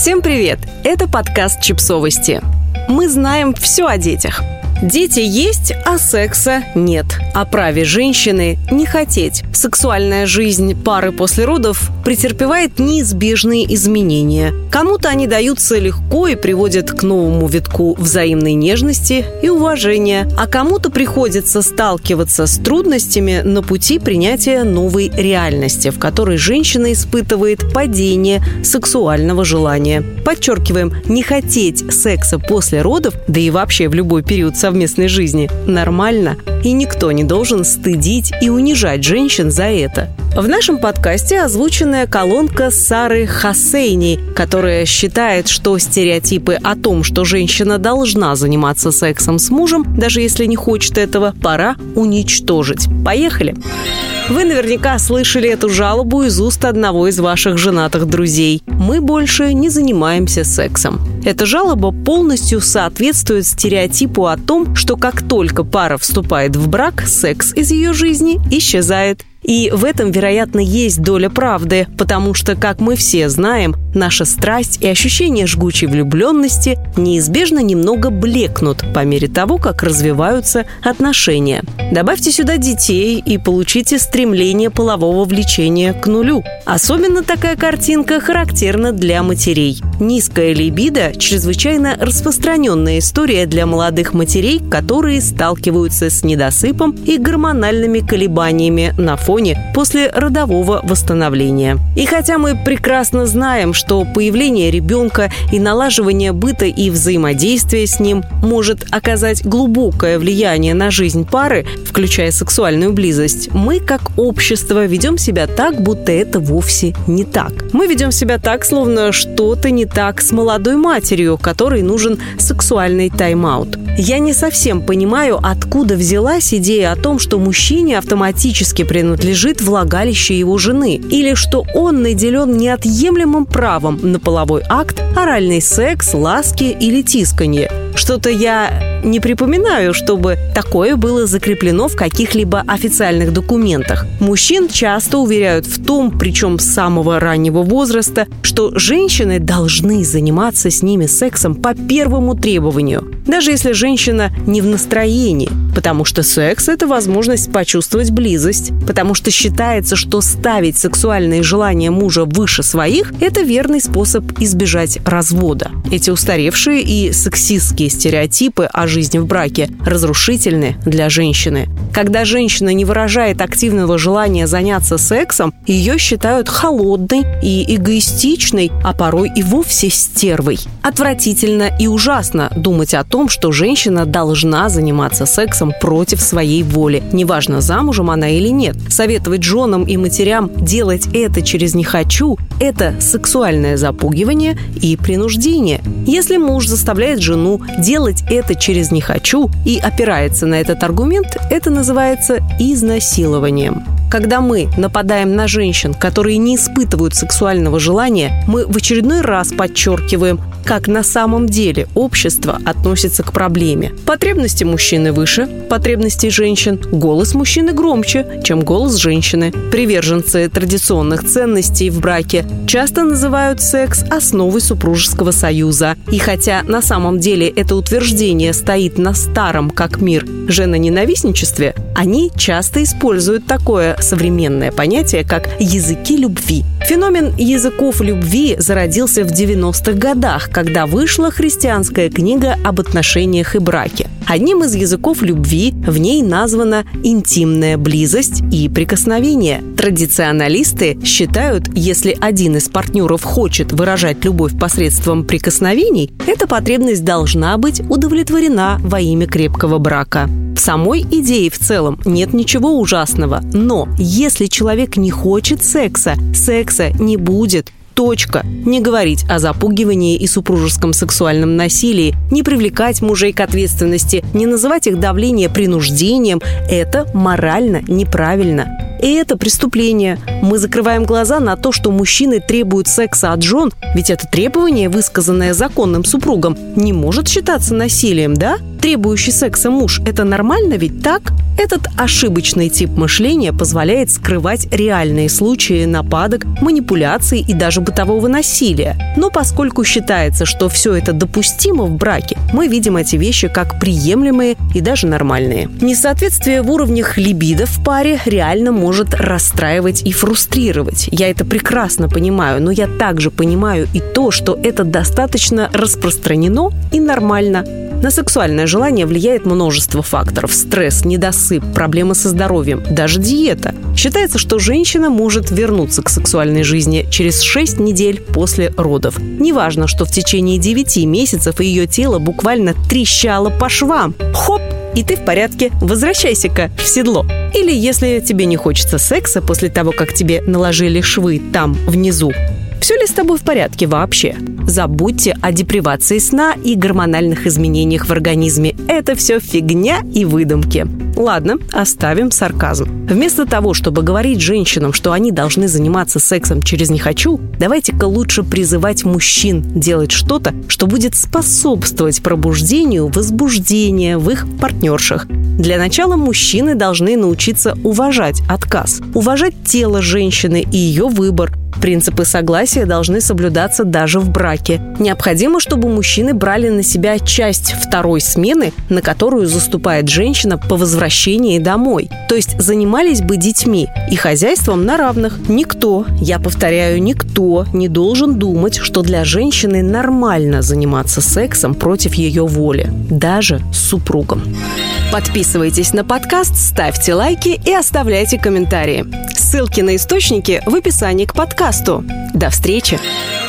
Всем привет! Это подкаст «Чипсовости». Мы знаем все о детях. Дети есть, а секса нет. О праве женщины не хотеть. Сексуальная жизнь пары после родов претерпевает неизбежные изменения. Кому-то они даются легко и приводят к новому витку взаимной нежности и уважения, а кому-то приходится сталкиваться с трудностями на пути принятия новой реальности, в которой женщина испытывает падение сексуального желания. Подчеркиваем, не хотеть секса после родов, да и вообще в любой период совместной жизни, нормально, и никто не должен стыдить и унижать женщин за это. В нашем подкасте озвученная колонка Сары Хосейни, которая считает, что стереотипы о том, что женщина должна заниматься сексом с мужем, даже если не хочет этого, пора уничтожить. Поехали! Вы наверняка слышали эту жалобу из уст одного из ваших женатых друзей. Мы больше не занимаемся сексом. Эта жалоба полностью соответствует стереотипу о том, что как только пара вступает в брак, секс из ее жизни исчезает. И в этом, вероятно, есть доля правды, потому что, как мы все знаем, наша страсть и ощущение жгучей влюбленности неизбежно немного блекнут по мере того, как развиваются отношения. Добавьте сюда детей и получите стремление полового влечения к нулю. Особенно такая картинка характерна для матерей. Низкая либидо – чрезвычайно распространенная история для молодых матерей, которые сталкиваются с недосыпом и гормональными колебаниями на фоне после родового восстановления. И хотя мы прекрасно знаем, что появление ребенка и налаживание быта и взаимодействия с ним может оказать глубокое влияние на жизнь пары, включая сексуальную близость, мы, как общество, ведем себя так, будто это вовсе не так. Мы ведем себя так, словно что-то не так с молодой матерью, которой нужен сексуальный тайм-аут. Я не совсем понимаю, откуда взялась идея о том, что мужчине автоматически принадлежит влагалище его жены, или что он наделен неотъемлемым правом на половой акт, оральный секс, ласки или тисканье. Что-то я не припоминаю, чтобы такое было закреплено в каких-либо официальных документах. Мужчин часто уверяют в том, причем с самого раннего возраста, что женщины должны заниматься с ними сексом по первому требованию, даже если женщина не в настроении, потому что секс – это возможность почувствовать близость, потому что считается, что ставить сексуальные желания мужа выше своих – это верный способ избежать развода. Эти устаревшие и сексистские стереотипы о жизни в браке разрушительны для женщины. Когда женщина не выражает активного желания заняться сексом, ее считают холодной и эгоистичной, а порой и вовсе стервой. Отвратительно и ужасно думать о том, что женщина должна заниматься сексом против своей воли, неважно, замужем она или нет. Советовать женам и матерям делать это через «не хочу» – это сексуальное запугивание и принуждение. Если муж заставляет жену делать это через «не хочу» и опирается на этот аргумент, это называется изнасилованием. Когда мы нападаем на женщин, которые не испытывают сексуального желания, мы в очередной раз подчеркиваем, как на самом деле общество относится к проблеме. Потребности мужчины выше потребностей женщин, голос мужчины громче, чем голос женщины. Приверженцы традиционных ценностей в браке часто называют секс основой супружеского союза. И хотя на самом деле это утверждение стоит на старом, как мир, женоненавистничестве, они часто используют такое современное понятие, как языки любви. Феномен языков любви зародился в 90-х годах, когда вышла христианская книга об отношениях и браке. Одним из языков любви в ней названа интимная близость и прикосновение. Традиционалисты считают, если один из партнеров хочет выражать любовь посредством прикосновений, эта потребность должна быть удовлетворена во имя крепкого брака. В самой идее в целом нет ничего ужасного, но если человек не хочет секса, секса не будет. Точка. Не говорить о запугивании и супружеском сексуальном насилии, не привлекать мужей к ответственности, не называть их давление принуждением – это морально неправильно. И это преступление. Мы закрываем глаза на то, что мужчины требуют секса от жен, ведь это требование, высказанное законным супругом, не может считаться насилием, да? Требующий секса муж – это нормально, ведь так? Этот ошибочный тип мышления позволяет скрывать реальные случаи нападок, манипуляций и даже бытового насилия. Но поскольку считается, что все это допустимо в браке, мы видим эти вещи как приемлемые и даже нормальные. Несоответствие в уровнях либидо в паре реально может расстраивать и фрустрировать. Я это прекрасно понимаю, но я также понимаю и то, что это достаточно распространено и нормально. На сексуальное желание влияет множество факторов. Стресс, недосып, проблемы со здоровьем, даже диета. Считается, что женщина может вернуться к сексуальной жизни через 6 недель после родов. Неважно, что в течение 9 месяцев ее тело буквально трещало по швам. Хоп! И ты в порядке, возвращайся-ка в седло. Или если тебе не хочется секса после того, как тебе наложили швы там, внизу, все ли с тобой в порядке вообще? Забудьте о депривации сна и гормональных изменениях в организме. Это все фигня и выдумки. Ладно, оставим сарказм. Вместо того, чтобы говорить женщинам, что они должны заниматься сексом через «не хочу», давайте-ка лучше призывать мужчин делать что-то, что будет способствовать пробуждению возбуждения в их партнершах. Для начала мужчины должны научиться уважать отказ, уважать тело женщины и ее выбор. Принципы согласия должны соблюдаться даже в браке. Необходимо, чтобы мужчины брали на себя часть второй смены, на которую заступает женщина по возвращении домой. То есть занимались бы детьми и хозяйством на равных. Никто, я повторяю, никто не должен думать, что для женщины нормально заниматься сексом против ее воли, даже с супругом. Подписывайтесь на подкаст, ставьте лайки и оставляйте комментарии. Ссылки на источники в описании к подкасту. До встречи!